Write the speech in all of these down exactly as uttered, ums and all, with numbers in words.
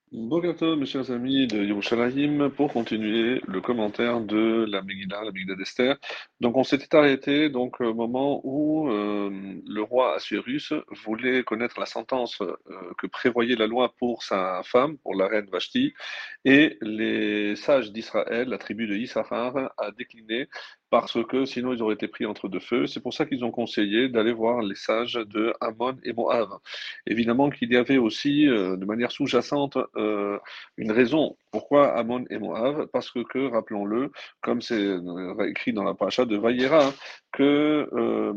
Bon gâteau, mes chers amis de Yerushalayim, pour continuer le commentaire de la Megillah, la Megillah d'Esther. Donc, on s'était arrêté donc au moment où euh, le roi Assuérus voulait connaître la sentence euh, que prévoyait la loi pour sa femme, pour la reine Vashti, et les sages d'Israël, la tribu de Issachar, a décliné parce que sinon ils auraient été pris entre deux feux. C'est pour ça qu'ils ont conseillé d'aller voir les sages de Ammon et Moab. Évidemment qu'il y avait aussi, euh, de manière sous-jacente, euh, une raison pourquoi Ammon et Moab, parce que, que rappelons-le, comme c'est euh, écrit dans la paracha de Vayera, que euh,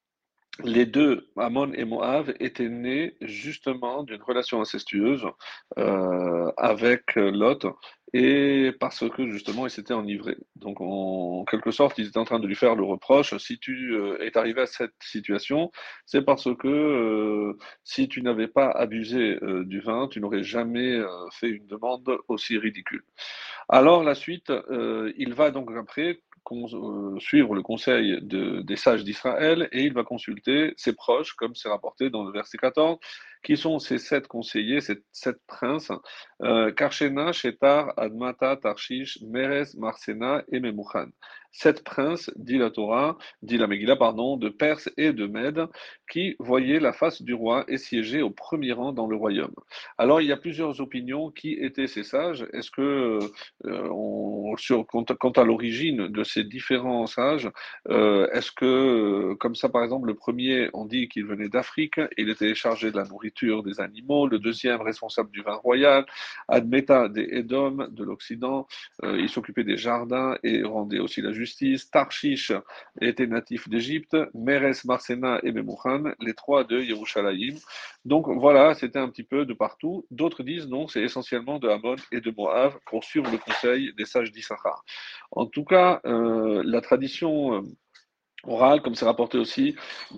les deux, Ammon et Moab, étaient nés justement d'une relation incestueuse euh, avec Lot, et parce que justement ils s'étaient enivrés. Donc en quelque sorte, ils étaient en train de lui faire le reproche, si tu euh, es arrivé à cette situation, c'est parce que euh, si tu n'avais pas abusé euh, du vin, tu n'aurais jamais euh, fait une demande aussi ridicule. Alors la suite, euh, il va donc après con- euh, suivre le conseil de- des sages d'Israël et il va consulter ses proches, comme c'est rapporté dans le verset quatorze, qui sont ces sept conseillers, ces sept princes, euh, Karshena, Shetar, Admata, Tarshish, Meres, Marsena et Memuchan. Sept princes, dit la Torah, dit la Megillah, pardon, de Perse et de Mède, qui voyaient la face du roi et siégeaient au premier rang dans le royaume. Alors il y a plusieurs opinions. Qui étaient ces sages? Est-ce que euh, on- sur, quant, à quant à l'origine de ces différents sages, euh, est-ce que, euh, comme ça par exemple, le premier, on dit qu'il venait d'Afrique, il était chargé de la nourriture des animaux, le deuxième responsable du vin royal, Admeta des Édom, de l'Occident, euh, il s'occupait des jardins et rendait aussi la justice, Tarshish était natif d'Égypte, Meres, Marsena et Memuchan, les trois de Yerushalayim. Donc voilà, c'était un petit peu de partout. D'autres disent non, c'est essentiellement de Ammon et de Moab pour suivre le conseil des sages d'Issachar. En tout cas, euh, la tradition euh, orale, comme c'est rapporté aussi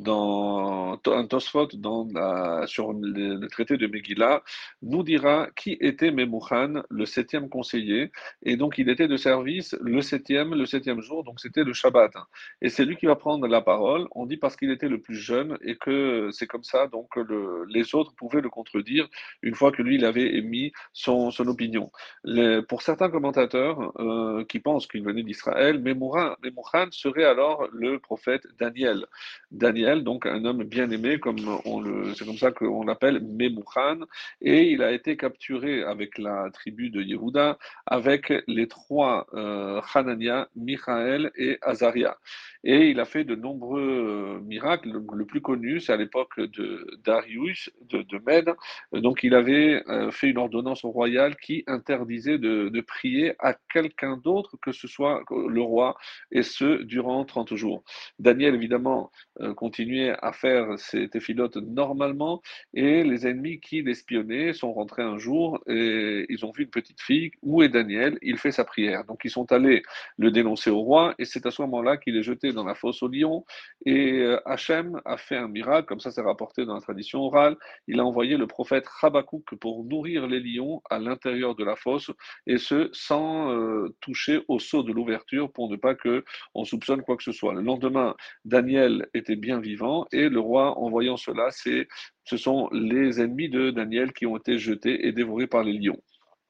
dans un Tosfot dans la- sur le, le traité de Megillah, nous dira qui était Memuchan, le septième conseiller, et donc il était de service le septième, le septième jour, donc c'était le Shabbat. Et c'est lui qui va prendre la parole. On dit parce qu'il était le plus jeune et que c'est comme ça, donc le- les autres pouvaient le contredire une fois que lui il avait émis son, son opinion. Les- pour certains commentateurs euh, qui pensent qu'il venait d'Israël, Memuchan Memuchan serait alors le prophète Daniel. Daniel, donc un homme bien aimé, comme on le, c'est comme ça qu'on l'appelle Memuchan, et il a été capturé avec la tribu de Yehuda, avec les trois euh, Hanania, Michaël et Azaria. Et il a fait de nombreux euh, miracles. Le, le plus connu, c'est à l'époque de Darius, de, de Mède. Donc il avait euh, fait une ordonnance royale qui interdisait de, de prier à quelqu'un d'autre que ce soit le roi, et ce, durant trente jours. Daniel, évidemment, euh, continuait à faire ses téphilotes normalement, et les ennemis qui l'espionnaient sont rentrés un jour, et ils ont vu une petite fille. Où est Daniel? Il fait sa prière. Donc ils sont allés le dénoncer au roi, et c'est à ce moment-là qu'il est jeté dans la fosse au lion, et euh, Hachem a fait un miracle, comme ça c'est rapporté dans la tradition orale. Il a envoyé le prophète Habakkuk pour nourrir les lions à l'intérieur de la fosse, et ce, sans euh, toucher au sceau de l'ouverture pour ne pas que on soupçonne quoi que ce soit. Le lendemain, Daniel était bien vivant, et le roi, en voyant cela, c'est, ce sont les ennemis de Daniel qui ont été jetés et dévorés par les lions.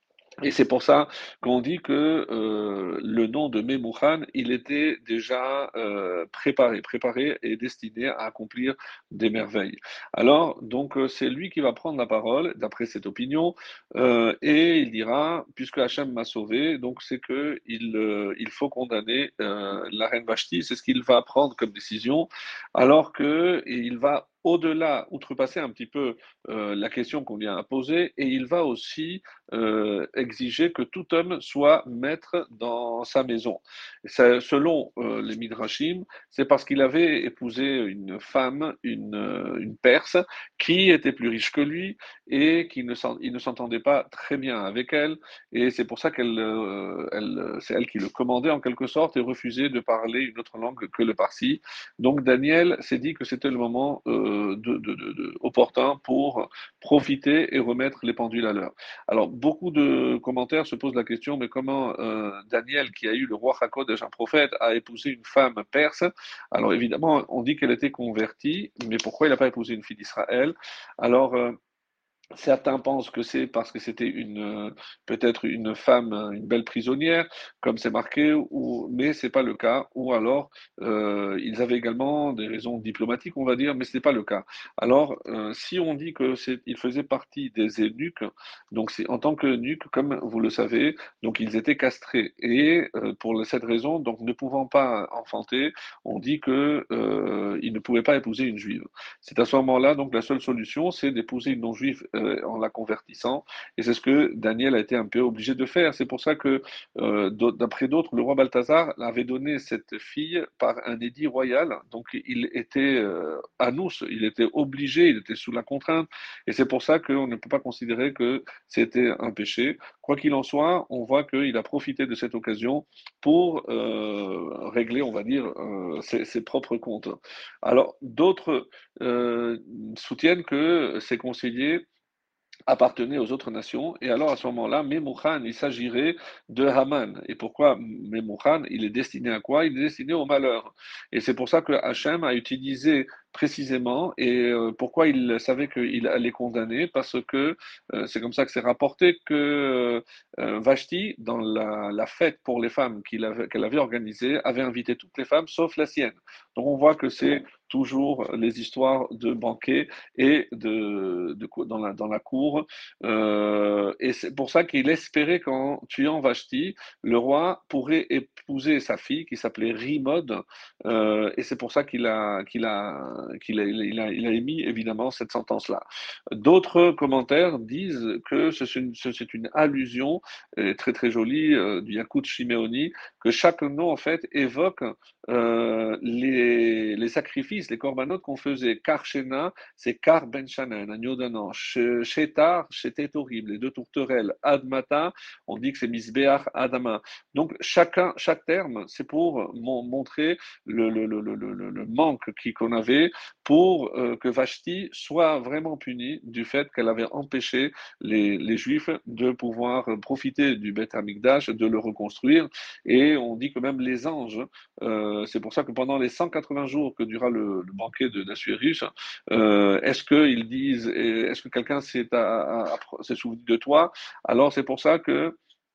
Et c'est pour ça qu'on dit que euh, le nom de Memuchan, il était déjà euh, préparé, préparé et destiné à accomplir des merveilles. Alors, donc, euh, c'est lui qui va prendre la parole, d'après cette opinion, euh, et il dira, puisque Hachem m'a sauvé, donc c'est que il, euh, il faut condamner euh, la reine Vashti, c'est ce qu'il va prendre comme décision, alors que et il va au-delà, outrepasser un petit peu euh, la question qu'on vient à poser, et il va aussi euh, exiger que tout homme soit maître dans sa maison. Ça, selon euh, les Midrashim, c'est parce qu'il avait épousé une femme, une, euh, une Perse, qui était plus riche que lui et qui ne il ne s'entendait pas très bien avec elle. Et c'est pour ça qu'elle, euh, elle, c'est elle qui le commandait en quelque sorte et refusait de parler une autre langue que le parsi. Donc Daniel s'est dit que c'était le moment euh, de, de, de, de, opportun pour profiter et remettre les pendules à l'heure. Alors, beaucoup de commentaires se posent la question, mais comment euh, Daniel, qui a eu le roi Hakodesh, un prophète, a épousé une femme perse? Alors, évidemment, on dit qu'elle était convertie, mais pourquoi il n'a pas épousé une fille d'Israël? Alors, euh, Certains pensent que c'est parce que c'était une, heu, peut-être une femme, heu, une belle prisonnière, comme c'est marqué ou mais c'est pas le cas. Ou alors, heu, ils avaient également des raisons diplomatiques, on va dire, mais ce n'est pas le cas. Alors, heu, si on dit que c'est ils faisaient partie des eunuques, donc c'est en tant qu'eunuques, comme vous le savez, donc ils étaient castrés et heu, pour le cette raison, donc ne pouvant pas enfanter, on dit que, heu, ils ne pouvaient pas épouser une juive. C'est à ce moment-là, donc la seule solution, c'est d'épouser une non-juive euh, en la convertissant. Et c'est ce que Daniel a été un peu obligé de faire. C'est pour ça que, euh, d'après d'autres, le roi Balthazar avait donné cette fille par un édit royal. Donc il était euh, anous, il était obligé, il était sous la contrainte. Et c'est pour ça qu'on ne peut pas considérer que c'était un péché. Quoi qu'il en soit, on voit qu'il a profité de cette occasion pour euh, régler, on va dire, euh, ses, ses propres comptes. Alors, d'autres euh, soutiennent que ces conseillers appartenait aux autres nations. Et alors, à ce moment-là, Memucan, il s'agirait de Haman. Et pourquoi Memucan? Il est destiné à quoi? Il est destiné au malheur. Et c'est pour ça que Hachem a utilisé précisément, et euh, pourquoi il savait qu'il allait condamner, parce que euh, c'est comme ça que c'est rapporté que euh, Vashti, dans la, la fête pour les femmes qu'il avait, qu'elle avait organisée, avait invité toutes les femmes sauf la sienne. Donc on voit que c'est toujours les histoires de banquets et de, de, dans, la, dans la cour. Euh, et c'est pour ça qu'il espérait qu'en tuant Vashti, le roi pourrait épouser sa fille qui s'appelait Rimod. Euh, et c'est pour ça qu'il a, qu'il a, qu'il a, il a, il a émis évidemment cette sentence-là. D'autres commentaires disent que c'est une, c'est une allusion euh, très très jolie euh, du Yakout Shimeoni, que chaque nom en fait évoque euh, les, les sacrifices, les corbanotes qu'on faisait. Karshena, c'est Kar Ben Shanan, agneau d'un an. Shetar, c'était horrible. Les deux tourterelles. Admata, on dit que c'est Misbeach Adama. Donc, chacun, chaque terme, c'est pour mon, montrer le, le, le, le, le, le manque qu'on avait pour euh, que Vashti soit vraiment punie du fait qu'elle avait empêché les, les Juifs de pouvoir profiter du Beth Amikdash, de le reconstruire. Et on dit que même les anges, euh, c'est pour ça que pendant les cent quatre-vingts jours que dura le, le banquet de d'Assuérus, euh, est-ce qu'ils disent, est-ce que quelqu'un s'est, à- à- à- s'est souvenu de toi? Alors c'est pour ça que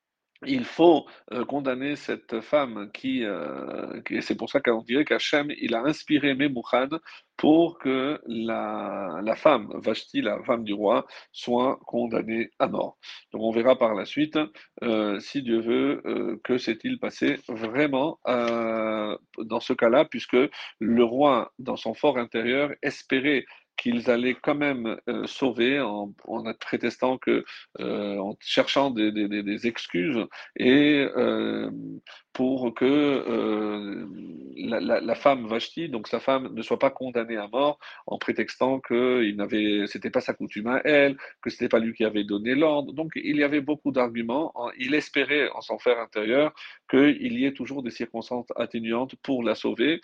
il faut euh, condamner cette femme qui, euh, qui- c'est pour ça qu'on dirait qu'Hachem, il a inspiré Memucan pour que la, la femme, Vashti, la femme du roi, soit condamnée à mort. Donc on verra par la suite, euh, si Dieu veut, euh, que s'est-il passé vraiment euh, dans ce cas-là, puisque le roi, dans son fort intérieur, espérait qu'ils allaient quand même euh, sauver en, en prétestant que, euh, en cherchant des, des- des- des excuses et euh, pour que euh, la, la- la femme Vashti, donc sa femme, ne soit pas condamnée à mort en prétextant que il n'avait, c'était pas sa coutume à elle, que c'était pas lui qui avait donné l'ordre. Donc il y avait beaucoup d'arguments. En- Il espérait en son fer intérieur qu'il y ait toujours des circonstances atténuantes pour la sauver,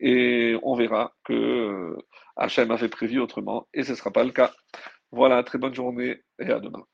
et on verra que euh, Hachem avait prévu autrement, et ce ne sera pas le cas. Voilà, très bonne journée et à demain.